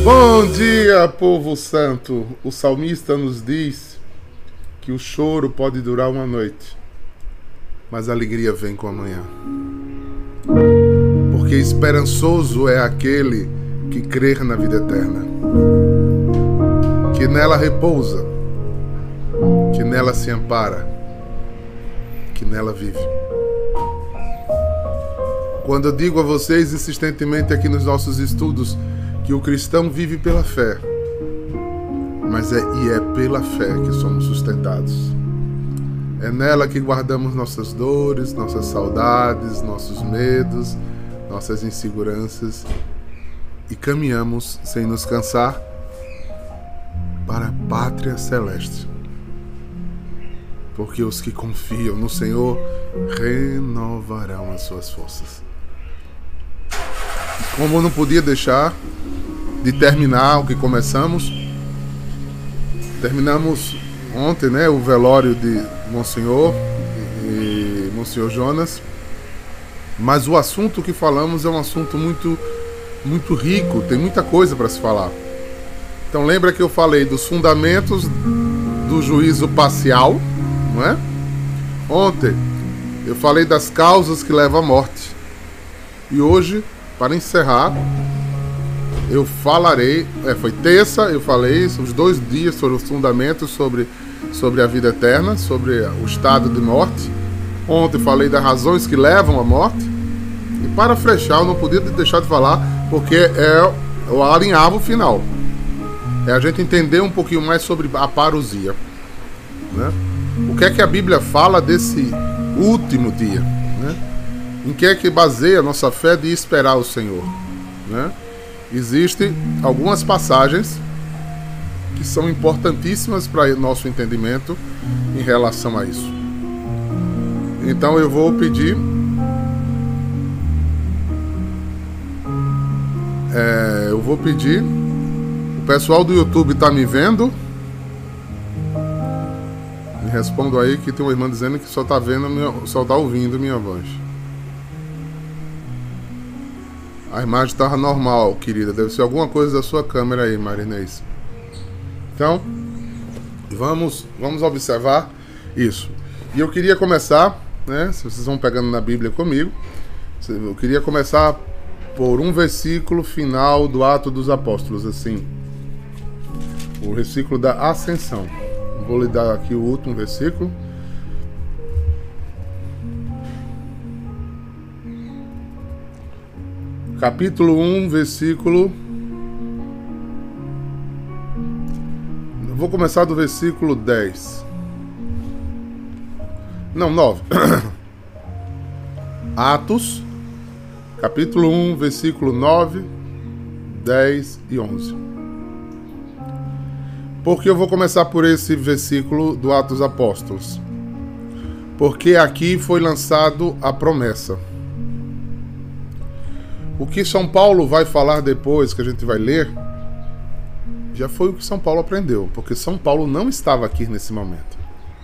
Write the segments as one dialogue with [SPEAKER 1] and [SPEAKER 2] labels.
[SPEAKER 1] Bom dia, povo santo. O salmista nos diz que o choro pode durar uma noite, mas a alegria vem com a manhã. Porque esperançoso é aquele que crer na vida eterna, que nela repousa, que nela se ampara, que nela vive. Quando eu digo a vocês insistentemente aqui nos nossos estudos que o cristão vive pela fé, mas é pela fé que somos sustentados. É nela que guardamos nossas dores, nossas saudades, nossos medos, nossas inseguranças e caminhamos sem nos cansar para a pátria celeste. Porque os que confiam no Senhor renovarão as suas forças. E como eu não podia deixar de terminar o que começamos, terminamos ontem, né, o velório de Monsenhor e Monsenhor Jonas, mas o assunto que falamos é um assunto muito rico, tem muita coisa para se falar. Então lembra que eu falei dos fundamentos do juízo parcial, não é? Ontem eu falei das causas que levam à morte. E hoje, para encerrar, eu falarei, foi terça, eu falei os 2 dias sobre os fundamentos sobre a vida eterna, sobre o estado de morte. Ontem falei das razões que levam à morte. E para fechar, eu não podia deixar de falar, porque eu alinhava o final. É a gente entender um pouquinho mais sobre a parousia, né? O que é que a Bíblia fala desse último dia, né? Em que é que baseia a nossa fé de esperar o Senhor, né? Existem algumas passagens que são importantíssimas para nosso entendimento em relação a isso. Então eu vou pedir o pessoal do YouTube está me vendo? Me respondam aí, que tem uma irmã dizendo que só está ouvindo minha voz. A imagem estava normal, querida. Deve ser alguma coisa da sua câmera aí, Marinês. Então, vamos observar isso. E eu queria começar, né? Se vocês vão pegando na Bíblia comigo, eu queria começar por um versículo final do Atos dos Apóstolos, assim. O versículo da Ascensão. Vou lhe dar aqui o último versículo. Capítulo 1, versículo... Vou começar do versículo 10. Não, 9. Atos, capítulo 1, versículo 9, 10 e 11. Por que eu vou começar por esse versículo do Atos dos Apóstolos? Porque aqui foi lançado a promessa. O que São Paulo vai falar depois, que a gente vai ler, já foi o que São Paulo aprendeu, porque São Paulo não estava aqui nesse momento.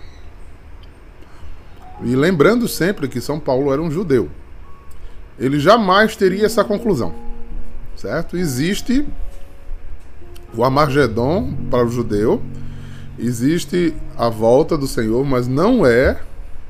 [SPEAKER 1] E lembrando sempre que São Paulo era um judeu, ele jamais teria essa conclusão, certo? Existe o Armagedon para o judeu, existe a volta do Senhor, mas não é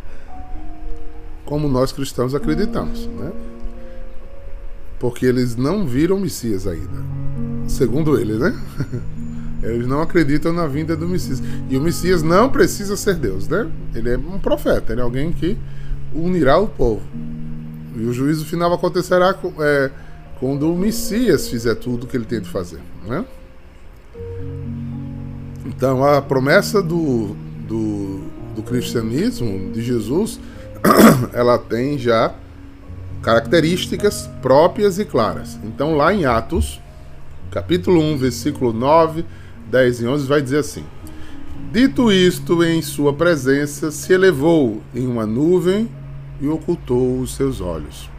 [SPEAKER 1] como nós cristãos acreditamos, né? Porque eles não viram o Messias ainda, segundo eles, né? Eles não acreditam na vinda do Messias. E o Messias não precisa ser Deus, né? Ele é um profeta, ele é alguém que unirá o povo. E o juízo final acontecerá quando o Messias fizer tudo o que ele tem de fazer, né? Então, a promessa do cristianismo, de Jesus, ela tem já características próprias e claras. Então, lá em Atos, capítulo 1, versículo 9, 10 e 11, vai dizer assim: Dito isto, em sua presença, se elevou em uma nuvem e ocultou os seus olhos.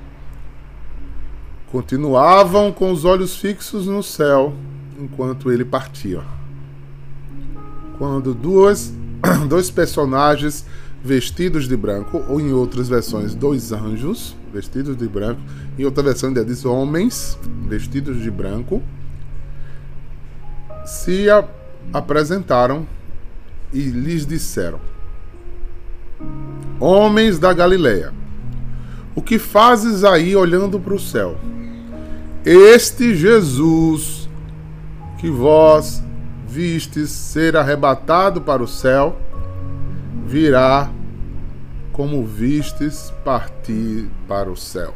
[SPEAKER 1] Continuavam com os olhos fixos no céu, enquanto ele partia. Quando dois personagens vestidos de branco, ou em outras versões, 2 anjos vestidos de branco, em outra versão ainda diz homens vestidos de branco, se apresentaram e lhes disseram: homens da Galileia, o que fazes aí olhando para o céu? Este Jesus que vós vistes ser arrebatado para o céu, virá como vistes partir para o céu.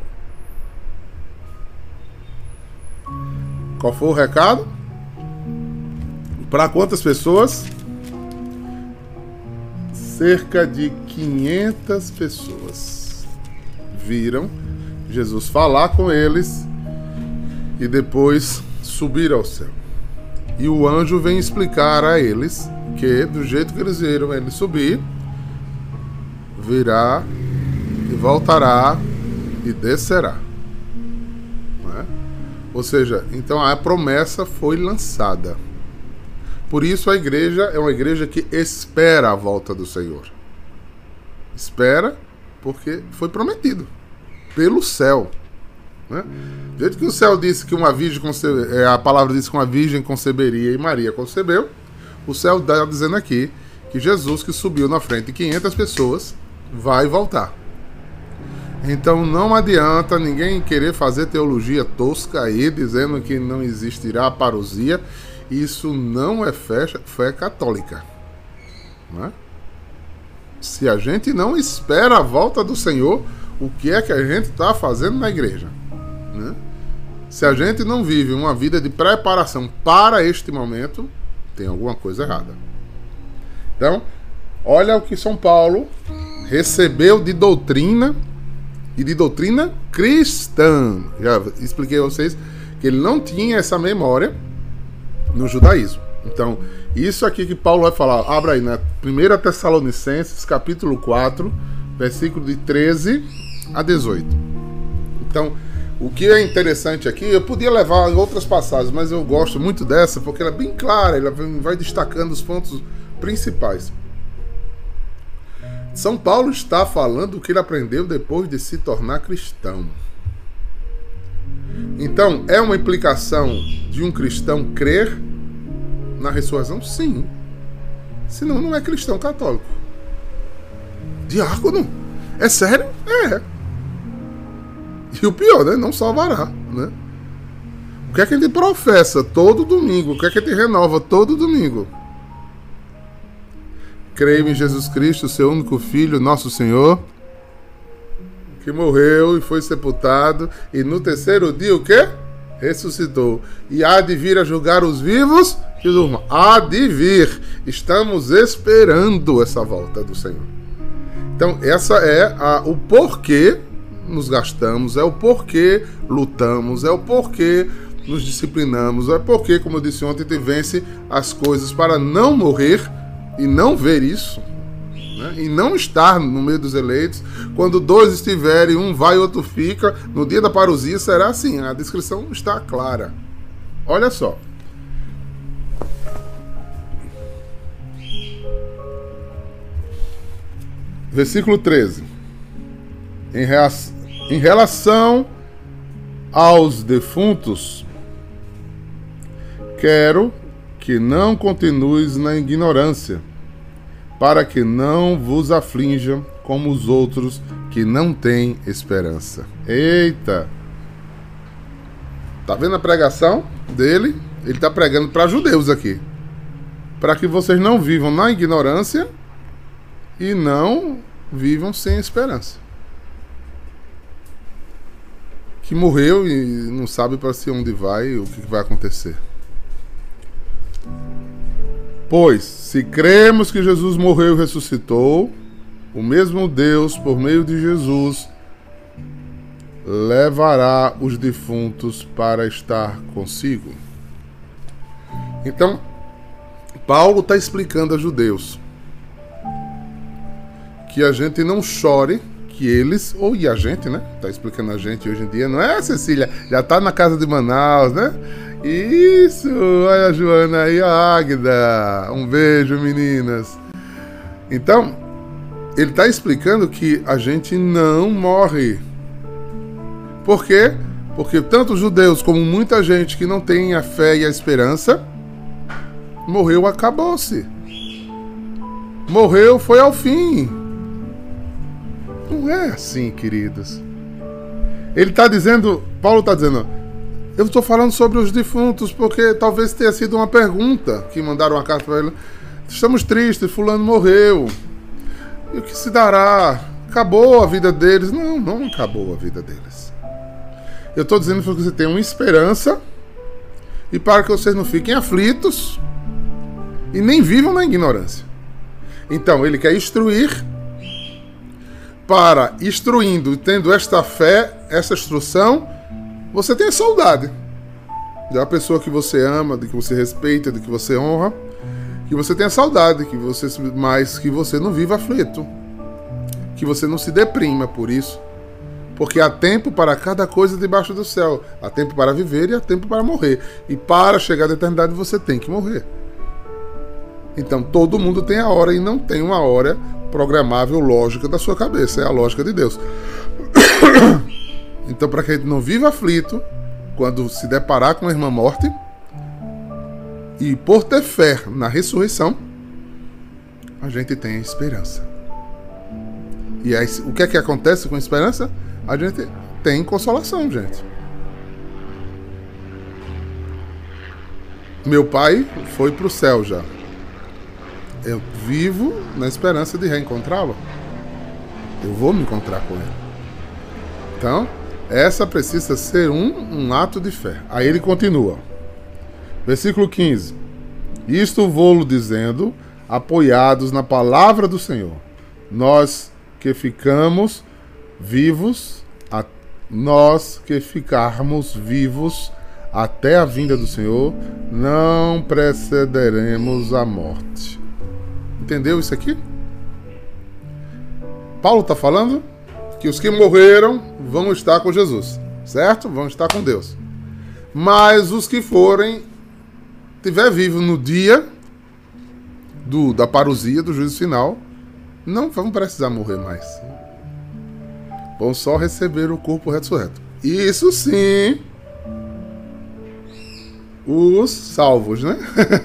[SPEAKER 1] Qual foi o recado? Para quantas pessoas? Cerca de 500 pessoas viram Jesus falar com eles e depois subir ao céu. E o anjo vem explicar a eles que, do jeito que eles viram ele subir, virá e voltará e descerá. Não é? Ou seja, então a promessa foi lançada. Por isso a igreja é uma igreja que espera a volta do Senhor. Espera porque foi prometido pelo céu. Né? Do jeito que o céu disse que uma virgem a palavra diz que uma virgem conceberia e Maria concebeu, o céu está dizendo aqui que Jesus, que subiu na frente de 500 pessoas, vai voltar. Então não adianta ninguém querer fazer teologia tosca aí, dizendo que não existirá parousia. Isso não é fé católica. Não é? Se a gente não espera a volta do Senhor, o que é que a gente está fazendo na igreja? Né? Se a gente não vive uma vida de preparação para este momento, tem alguma coisa errada. Então, olha o que São Paulo recebeu de doutrina, e de doutrina cristã. Já expliquei a vocês que ele não tinha essa memória no judaísmo. Então, isso aqui que Paulo vai falar, abra aí na 1 Tessalonicenses, capítulo 4, versículo de 13 a 18. Então, o que é interessante aqui, eu podia levar em outras passagens, mas eu gosto muito dessa, porque ela é bem clara, ela vai destacando os pontos principais. São Paulo está falando o que ele aprendeu depois de se tornar cristão. Então, é uma implicação de um cristão crer na ressurreição? Sim. Senão não é cristão católico. Diácono? É sério? É. E o pior, né? Não salvará, né? O que é que ele professa todo domingo? O que é que ele renova todo domingo? Creio em Jesus Cristo, seu único Filho, nosso Senhor, que morreu e foi sepultado, e no terceiro dia o quê? Ressuscitou. E há de vir a julgar os vivos que durmam. Há de vir. Estamos esperando essa volta do Senhor. Então, essa é o porquê nos gastamos, é o porquê lutamos, é o porquê nos disciplinamos, é o porquê, como eu disse ontem, te vence as coisas para não morrer e não ver isso, né? E não estar no meio dos eleitos. Quando dois estiverem, um vai e outro fica, no dia da parousia será assim, a descrição está clara. Olha só. Versículo 13. Em relação aos defuntos, quero que não continues na ignorância, para que não vos aflinjam como os outros que não têm esperança. Eita! Tá vendo a pregação dele? Ele está pregando para judeus aqui, para que vocês não vivam na ignorância e não vivam sem esperança. Que morreu e não sabe para si onde vai, o que vai acontecer. Pois, se cremos que Jesus morreu e ressuscitou, o mesmo Deus, por meio de Jesus, levará os defuntos para estar consigo. Então, Paulo está explicando a judeus que a gente não chore, que eles, e a gente, né? Está explicando a gente hoje em dia, não é, Cecília? Já está na casa de Manaus, né? Isso, olha a Joana aí, a Águida. Um beijo, meninas. Então, ele está explicando que a gente não morre. Por quê? Porque tanto os judeus como muita gente que não tem a fé e a esperança Morreu, acabou-se. Morreu, foi ao fim. Não é assim, queridos. Ele está dizendo, Paulo está dizendo, eu estou falando sobre os defuntos porque talvez tenha sido uma pergunta que mandaram uma carta para ele. Estamos tristes, fulano morreu. E o que se dará? Acabou a vida deles? Não, não acabou a vida deles. Eu estou dizendo que você tem uma esperança e para que vocês não fiquem aflitos e nem vivam na ignorância. Então, ele quer instruir para, instruindo e tendo esta fé, essa instrução, você tem saudade de uma pessoa que você ama, de que você respeita, de que você honra, que você tenha saudade, mas que você não viva aflito, que você não se deprima por isso, porque há tempo para cada coisa debaixo do céu, há tempo para viver e há tempo para morrer, e para chegar à eternidade você tem que morrer. Então todo mundo tem a hora e não tem uma hora programável lógica da sua cabeça, é a lógica de Deus. Então, para que a gente não viva aflito quando se deparar com a irmã morte, e por ter fé na ressurreição, a gente tem a esperança. E aí, o que é que acontece com a esperança? A gente tem consolação, gente. Meu pai foi para o céu já. Eu vivo na esperança de reencontrá-lo. Eu vou me encontrar com ele. Então, essa precisa ser um ato de fé. Aí ele continua. Versículo 15. Isto vou-lo dizendo, apoiados na palavra do Senhor. Nós que ficarmos vivos até a vinda do Senhor, não precederemos a morte. Entendeu isso aqui? Paulo está falando que os que morreram vão estar com Jesus, certo? Vão estar com Deus. Mas os que estiver vivo no dia da parousia, do juízo final, não vão precisar morrer mais. Vão só receber o corpo ressurreto. Isso sim, os salvos, né?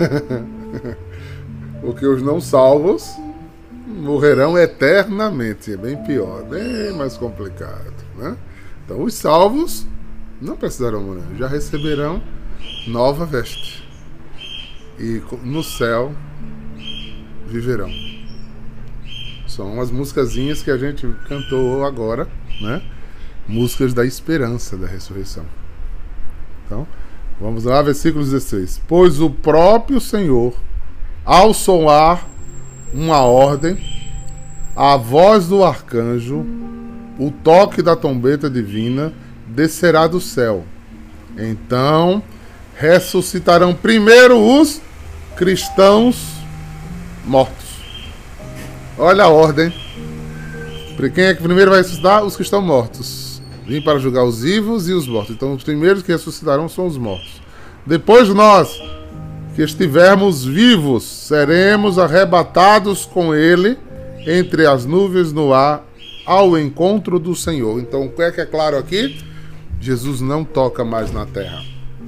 [SPEAKER 1] Porque os não salvos morrerão eternamente. É bem pior, bem mais complicado, né? Então os salvos não precisarão morrer, já receberão nova veste. E no céu viverão. São as musicazinhas que a gente cantou agora, né? Músicas da esperança da ressurreição. Então, vamos lá, versículo 16. Pois o próprio Senhor, ao soar uma ordem, a voz do arcanjo, o toque da trombeta divina, descerá do céu. Então, ressuscitarão primeiro os cristãos mortos. Olha a ordem. Quem é que primeiro vai ressuscitar? Os que estão mortos. Vim para julgar os vivos e os mortos. Então os primeiros que ressuscitarão são os mortos. Depois nós, que estivermos vivos, seremos arrebatados com ele entre as nuvens no ar ao encontro do Senhor. Então o que é claro aqui? Jesus não toca mais na terra.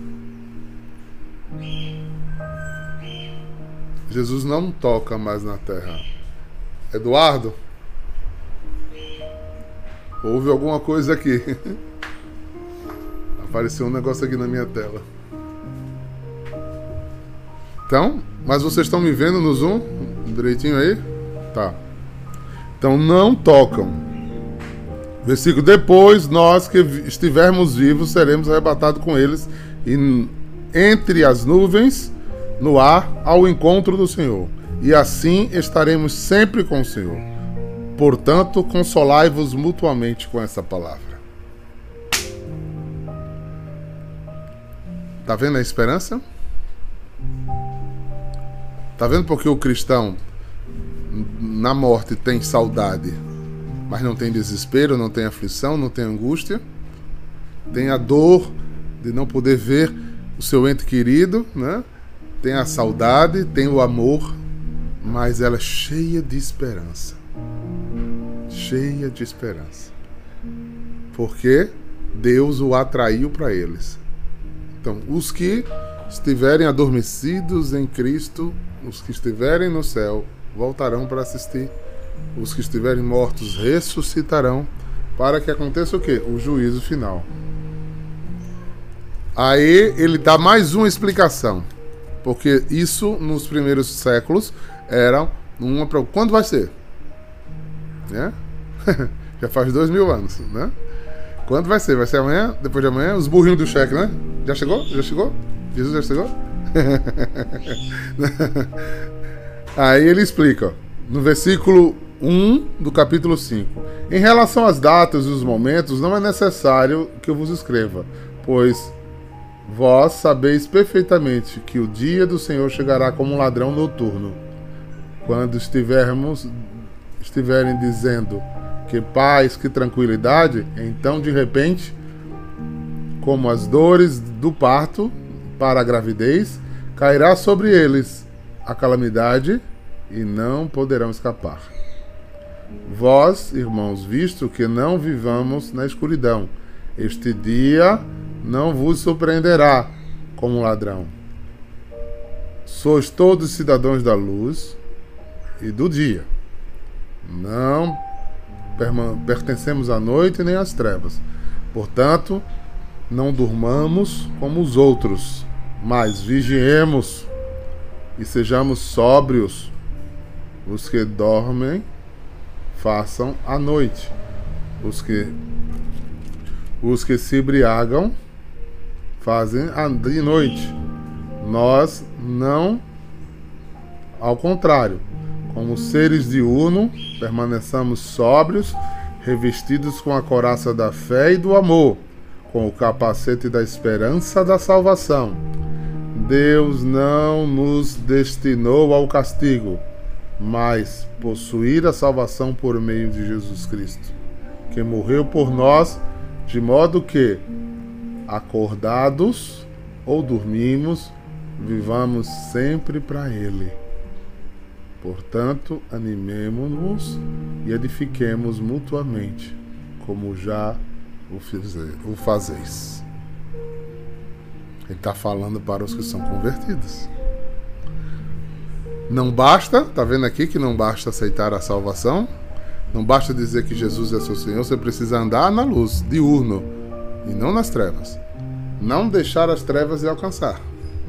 [SPEAKER 1] Jesus não toca mais na terra. Eduardo? Houve alguma coisa aqui. Apareceu um negócio aqui na minha tela. Então, mas vocês estão me vendo no Zoom? Direitinho aí? Tá. Então não tocam. Versículo: depois nós que estivermos vivos seremos arrebatados com eles entre as nuvens no ar ao encontro do Senhor. E assim estaremos sempre com o Senhor. Portanto, consolai-vos mutuamente com essa palavra. Tá vendo a esperança? Tá vendo porque o cristão na morte tem saudade, mas não tem desespero, não tem aflição, não tem angústia? Tem a dor de não poder ver o seu ente querido, né? Tem a saudade, tem o amor, mas ela é cheia de esperança. Cheia de esperança. Porque Deus o atraiu para eles. Então, os que estiverem adormecidos em Cristo, os que estiverem no céu voltarão para assistir. Os que estiverem mortos ressuscitarão, para que aconteça o quê? O juízo final. Aí ele dá mais uma explicação, porque isso nos primeiros séculos era uma... Quando vai ser? Né? Já faz 2000 anos, né? Quando vai ser? Vai ser amanhã? Depois de amanhã? Os burrinhos do cheque, né? Já chegou? Já chegou? Jesus já chegou? Aí ele explica, ó, no versículo 1 do capítulo 5. Em relação às datas e os momentos, não é necessário que eu vos escreva, pois vós sabeis perfeitamente que o dia do Senhor chegará como um ladrão noturno. Quando estiverem dizendo que paz, que tranquilidade, então de repente, como as dores do parto para a gravidez, cairá sobre eles a calamidade e não poderão escapar. Vós, irmãos, visto que não vivamos na escuridão, este dia não vos surpreenderá como um ladrão. Sois todos cidadãos da luz e do dia. Não pertencemos à noite nem às trevas. Portanto, não durmamos como os outros, mas vigiemos e sejamos sóbrios. Os que dormem, façam à noite. Os que se embriagam, fazem de noite. Nós não, ao contrário, como seres diurnos, permaneçamos sóbrios, revestidos com a couraça da fé e do amor, com o capacete da esperança da salvação. Deus não nos destinou ao castigo, mas possuir a salvação por meio de Jesus Cristo, que morreu por nós, de modo que, acordados ou dormimos, vivamos sempre para Ele. Portanto, animemo-nos e edifiquemos mutuamente, como já o fazeis. Ele está falando para os que são convertidos. Não basta, está vendo aqui que não basta aceitar a salvação, não basta dizer que Jesus é seu Senhor, você precisa andar na luz, diurno, e não nas trevas. Não deixar as trevas lhe alcançar,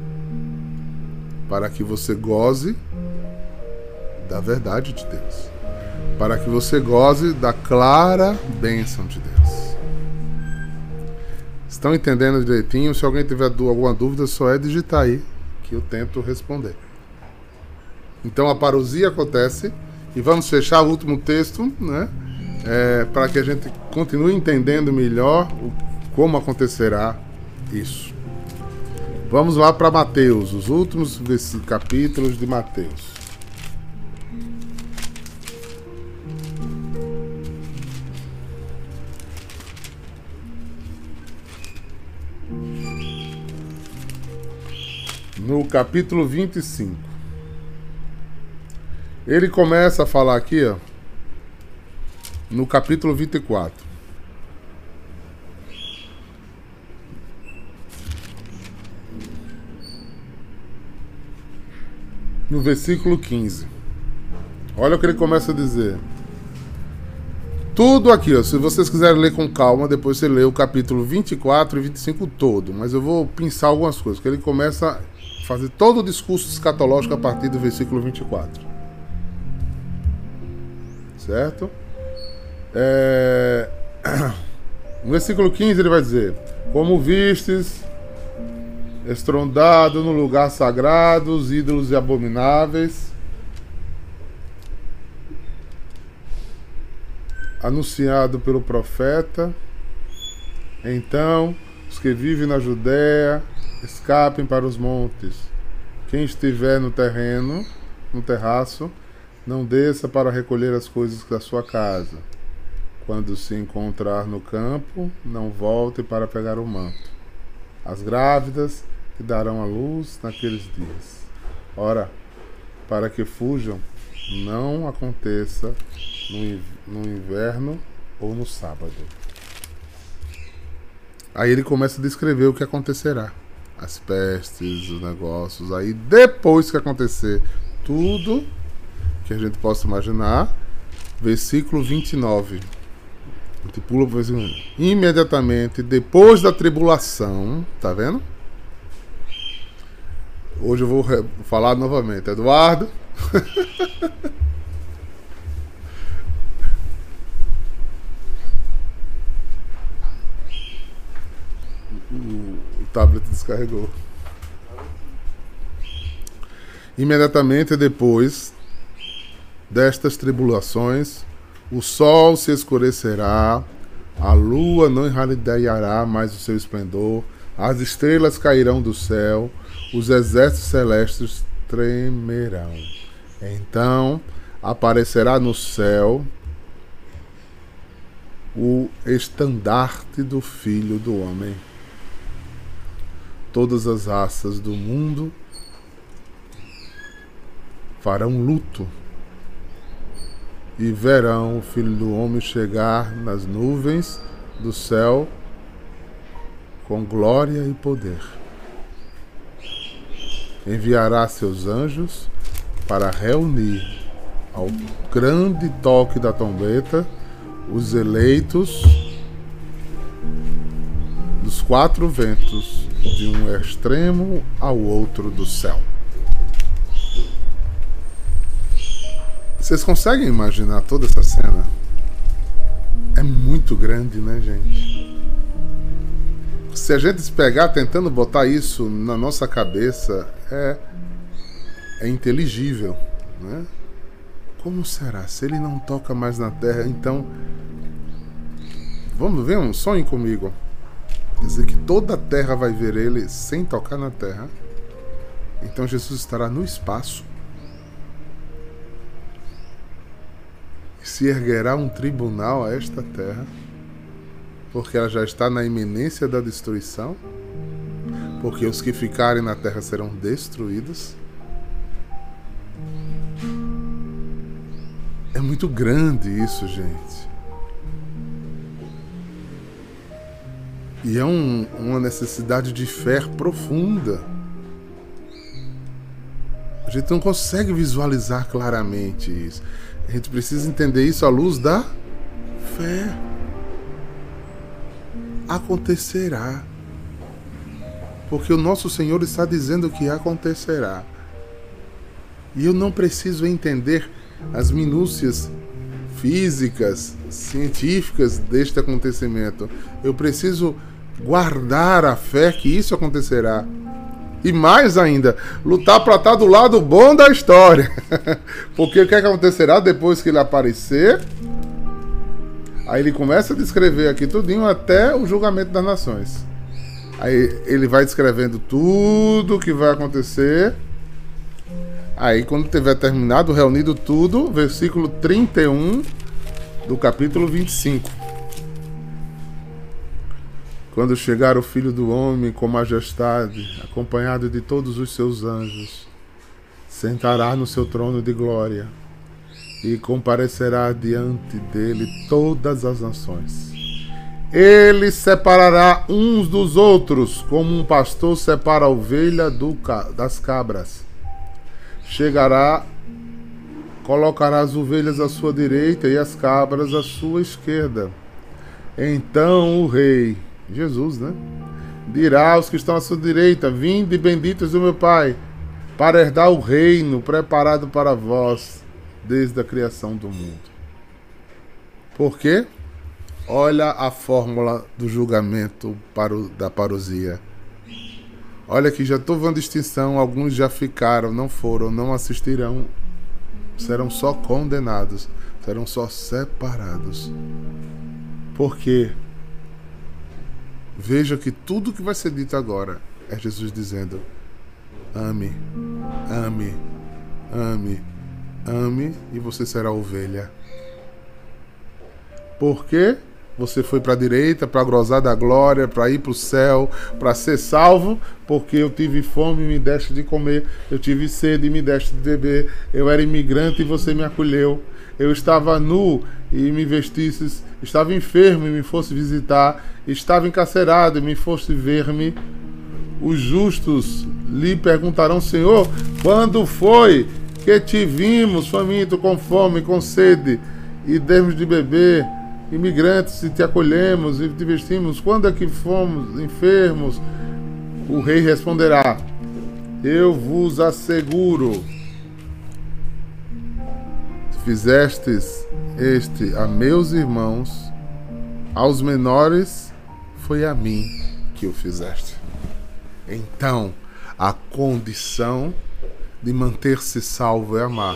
[SPEAKER 1] para que você goze da verdade de Deus, para que você goze da clara bênção de Deus. Estão entendendo direitinho? Se alguém tiver alguma dúvida, só é digitar aí que eu tento responder. Então a parousia acontece e vamos fechar o último texto, né? Para que a gente continue entendendo melhor como acontecerá isso. Vamos lá para Mateus, os últimos capítulos de Mateus. No capítulo 25. Ele começa a falar aqui, ó, no capítulo 24. No versículo 15. Olha o que ele começa a dizer. Tudo aqui, ó, se vocês quiserem ler com calma, depois você lê o capítulo 24 e 25 todo. Mas eu vou pensar algumas coisas, que ele começa a fazer todo o discurso escatológico a partir do versículo 24. Certo? No versículo 15 ele vai dizer: como vistes estrondado no lugar sagrado os ídolos e abomináveis, anunciado pelo profeta, então os que vivem na Judéia escapem para os montes. Quem estiver no terraço, não desça para recolher as coisas da sua casa. Quando se encontrar no campo, não volte para pegar o manto. As grávidas que darão à luz naqueles dias. Ora, para que fujam, não aconteça no inverno ou no sábado. Aí ele começa a descrever o que acontecerá. as pestes, os negócios. Aí depois que acontecer tudo que a gente possa imaginar, versículo 29. A gente pula para o versículo. Imediatamente depois da tribulação, tá vendo? Hoje eu vou falar novamente, Eduardo. O tablet descarregou. Imediatamente depois destas tribulações, o sol se escurecerá, a lua não irradiará mais o seu esplendor, as estrelas cairão do céu, os exércitos celestes tremerão. Então aparecerá no céu o estandarte do Filho do Homem. Todas as raças do mundo farão luto e verão o Filho do Homem chegar nas nuvens do céu com glória e poder. Enviará seus anjos para reunir ao grande toque da trombeta os eleitos dos quatro ventos, de um extremo ao outro do céu. Vocês conseguem imaginar toda essa cena? É muito grande, né, gente? Se a gente pegar tentando botar isso na nossa cabeça, é inteligível, né? Como será? Se ele não toca mais na terra, então... Vamos ver um sonho comigo. Quer dizer que toda a terra vai ver ele sem tocar na terra. Então Jesus estará no espaço. E se erguerá um tribunal a esta terra, porque ela já está na iminência da destruição, porque os que ficarem na terra serão destruídos. É muito grande isso, gente. E é uma necessidade de fé profunda. A gente não consegue visualizar claramente isso. A gente precisa entender isso à luz da fé. Acontecerá. Porque o nosso Senhor está dizendo que acontecerá. E eu não preciso entender as minúcias físicas, científicas deste acontecimento. Eu preciso guardar a fé que isso acontecerá. E mais ainda, lutar para estar do lado bom da história. Porque o que acontecerá depois que ele aparecer? Aí ele começa a descrever aqui tudinho até o julgamento das nações. Aí ele vai descrevendo tudo o que vai acontecer. Aí quando tiver terminado, reunido tudo, versículo 31 do capítulo 25. Quando chegar o Filho do Homem com majestade, acompanhado de todos os seus anjos, sentará no seu trono de glória e comparecerá diante dele todas as nações. Ele separará uns dos outros, como um pastor separa a ovelha das cabras. Chegará, colocará as ovelhas à sua direita e as cabras à sua esquerda. Então o rei, Jesus, né, dirá aos que estão à sua direita: vinde, benditos do meu Pai, para herdar o reino preparado para vós desde a criação do mundo. Por quê? Olha a fórmula do julgamento da parousia. Olha que já estou vendo distinção, alguns já ficaram, não foram, não assistirão, serão só condenados, serão só separados. Por quê? Veja que tudo que vai ser dito agora é Jesus dizendo: ame, ame, ame, ame, e você será ovelha. Por quê? Você foi para a direita, para gozar da glória, para ir para o céu, para ser salvo, porque eu tive fome e me deste de comer, eu tive sede e me deste de beber, eu era imigrante e você me acolheu, eu estava nu e me vestistes, estava enfermo e me fosse visitar, estava encarcerado e me fosse ver-me. Os justos lhe perguntarão: Senhor, quando foi que te vimos faminto, com fome, com sede, e demos de beber, imigrantes, e te acolhemos e te vestimos? Quando é que fomos enfermos? O rei responderá: eu vos asseguro, fizestes este a meus irmãos, aos menores, foi a mim que o fizeste. Então, a condição de manter-se salvo é amar.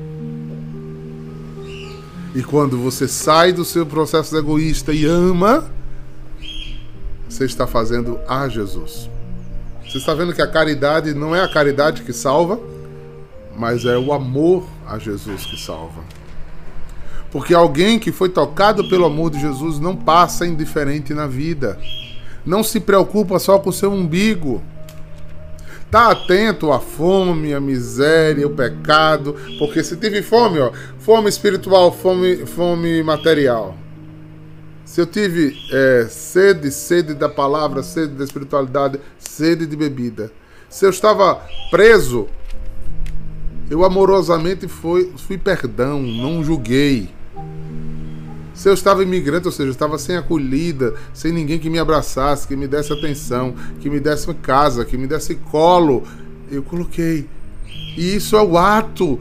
[SPEAKER 1] E quando você sai do seu processo egoísta e ama, você está fazendo a Jesus. Você está vendo que a caridade não é a caridade que salva, mas é o amor a Jesus que salva. Porque alguém que foi tocado pelo amor de Jesus não passa indiferente na vida. Não se preocupa só com o seu umbigo. Está atento à fome, à miséria, ao pecado. Porque se tive fome, fome espiritual, fome material. Se eu tive sede da palavra, sede da espiritualidade, sede de bebida. Se eu estava preso, eu amorosamente fui perdão, não julguei. Se eu estava imigrante, ou seja, eu estava sem acolhida, sem ninguém que me abraçasse, que me desse atenção, que me desse uma casa, que me desse colo, eu coloquei. E isso é o ato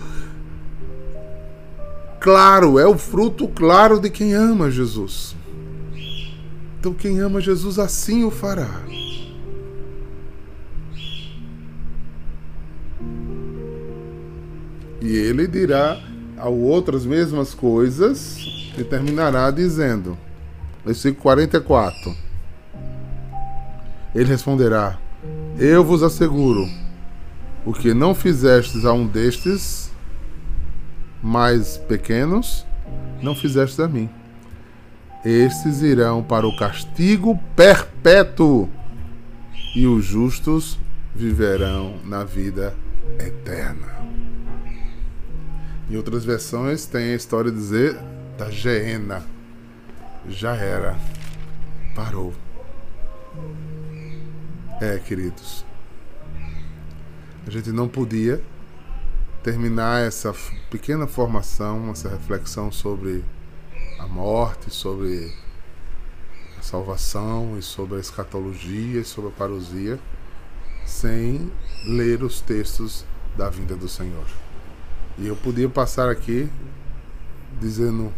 [SPEAKER 1] claro, é o fruto claro de quem ama Jesus. Então quem ama Jesus assim o fará. E ele dirá ao outro as mesmas coisas e terminará dizendo, versículo 44, ele responderá: eu vos asseguro, o que não fizestes a um destes mais pequenos, não fizestes a mim. Estes irão para o castigo perpétuo e os justos viverão na vida eterna. Em outras versões tem a história de dizer da Geena. Já era. Parou. Queridos, a gente não podia terminar essa pequena formação, essa reflexão sobre a morte, sobre a salvação e sobre a escatologia e sobre a parousia, sem ler os textos da vinda do Senhor. E eu podia passar aqui dizendo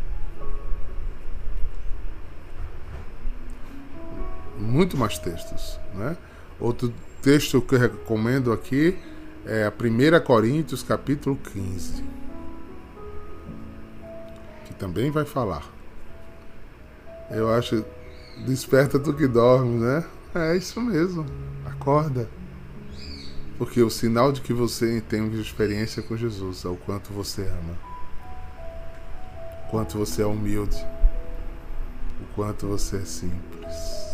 [SPEAKER 1] muito mais textos, né? Outro texto que eu recomendo aqui é a 1 Coríntios capítulo 15, que também vai falar. Eu acho, desperta tu que dorme, né? É isso mesmo, acorda. Porque o sinal de que você tem uma experiência com Jesus é o quanto você ama, o quanto você é humilde, o quanto você é simples.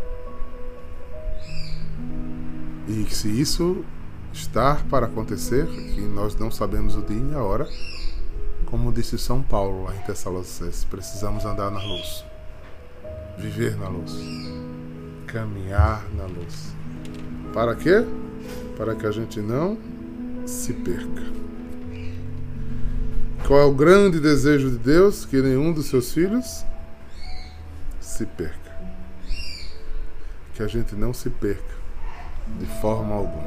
[SPEAKER 1] E se isso está para acontecer, que nós não sabemos o dia e a hora, como disse São Paulo lá em Tessalonicenses, precisamos andar na luz, viver na luz, caminhar na luz. Para quê? Para que a gente não se perca. Qual é o grande desejo de Deus? Que nenhum dos seus filhos se perca. Que a gente não se perca de forma alguma.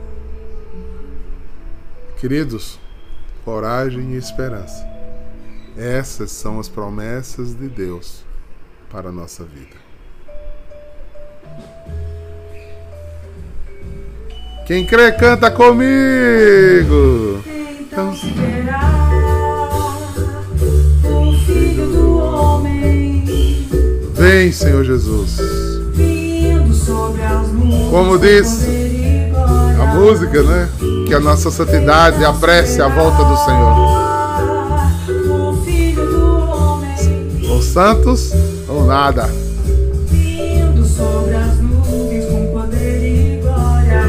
[SPEAKER 1] Queridos, coragem e esperança. Essas são as promessas de Deus para a nossa vida. Quem crê, canta comigo.
[SPEAKER 2] Então se verá o Filho do Homem.
[SPEAKER 1] Vem, Senhor Jesus.
[SPEAKER 2] Vindo sobre as nuvens.
[SPEAKER 1] Como diz a música, né? Que a nossa santidade apresse a volta do Senhor.
[SPEAKER 2] O Filho do Homem.
[SPEAKER 1] Ou santos ou nada.
[SPEAKER 2] Vindo sobre as nuvens com poder e glória.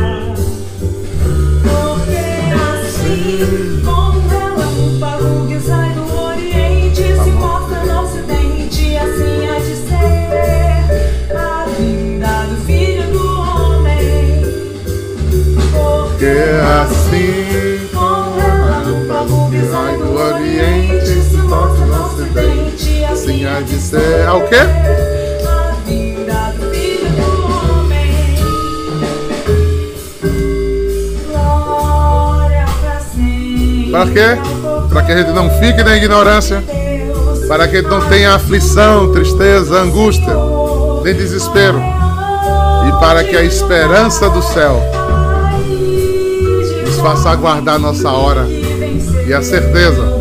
[SPEAKER 2] Porque assim como ela o barulho que sai do Oriente se mostra no Ocidente, assim há de ser a vinda do Filho do Homem.
[SPEAKER 1] assim como o relâmpago que sai do Oriente se mostra no Ocidente, assim há de ser. É o quê?
[SPEAKER 2] A vinda do Filho do Homem. Glória pra sempre.
[SPEAKER 1] Para quê? Para que a gente não fique na ignorância, para que a gente não tenha aflição, tristeza, angústia, nem desespero, e para que a esperança do céu nos faça aguardar nossa hora e a certeza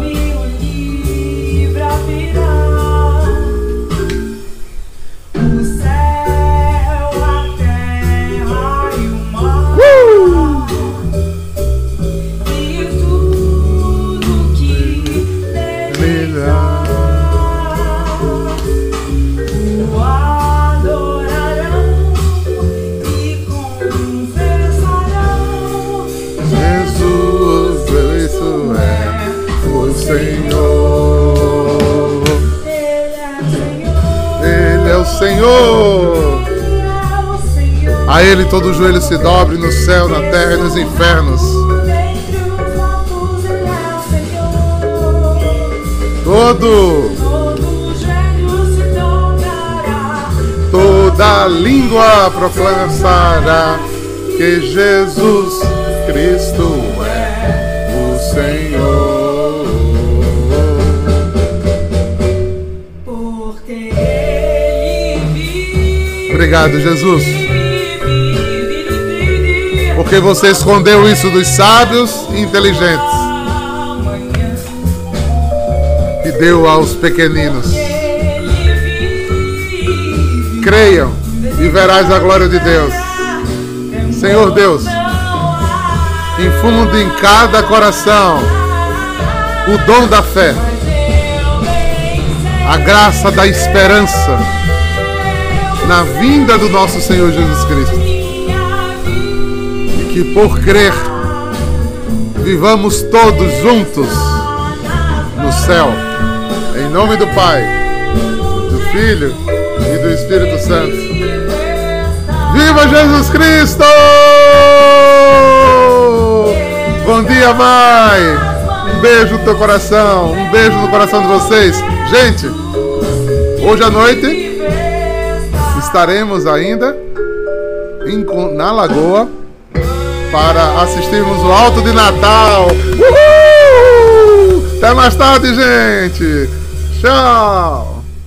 [SPEAKER 1] Senhor. A Ele todo joelho se dobre no céu, na terra e nos infernos. Toda língua proclamará que Jesus Cristo é o Senhor. Obrigado, Jesus, porque você escondeu isso dos sábios e inteligentes e deu aos pequeninos. Creiam e verás a glória de Deus. Senhor Deus, infunde em cada coração o dom da fé, a graça da esperança na vinda do nosso Senhor Jesus Cristo, e que por crer vivamos todos juntos no céu, em nome do Pai, do Filho e do Espírito Santo. Viva Jesus Cristo! Bom dia, Mãe! Um beijo no teu coração, um beijo no coração de vocês. Gente, hoje à noite estaremos ainda na Lagoa para assistirmos o Alto de Natal. Uhul! Até mais tarde, gente. Tchau.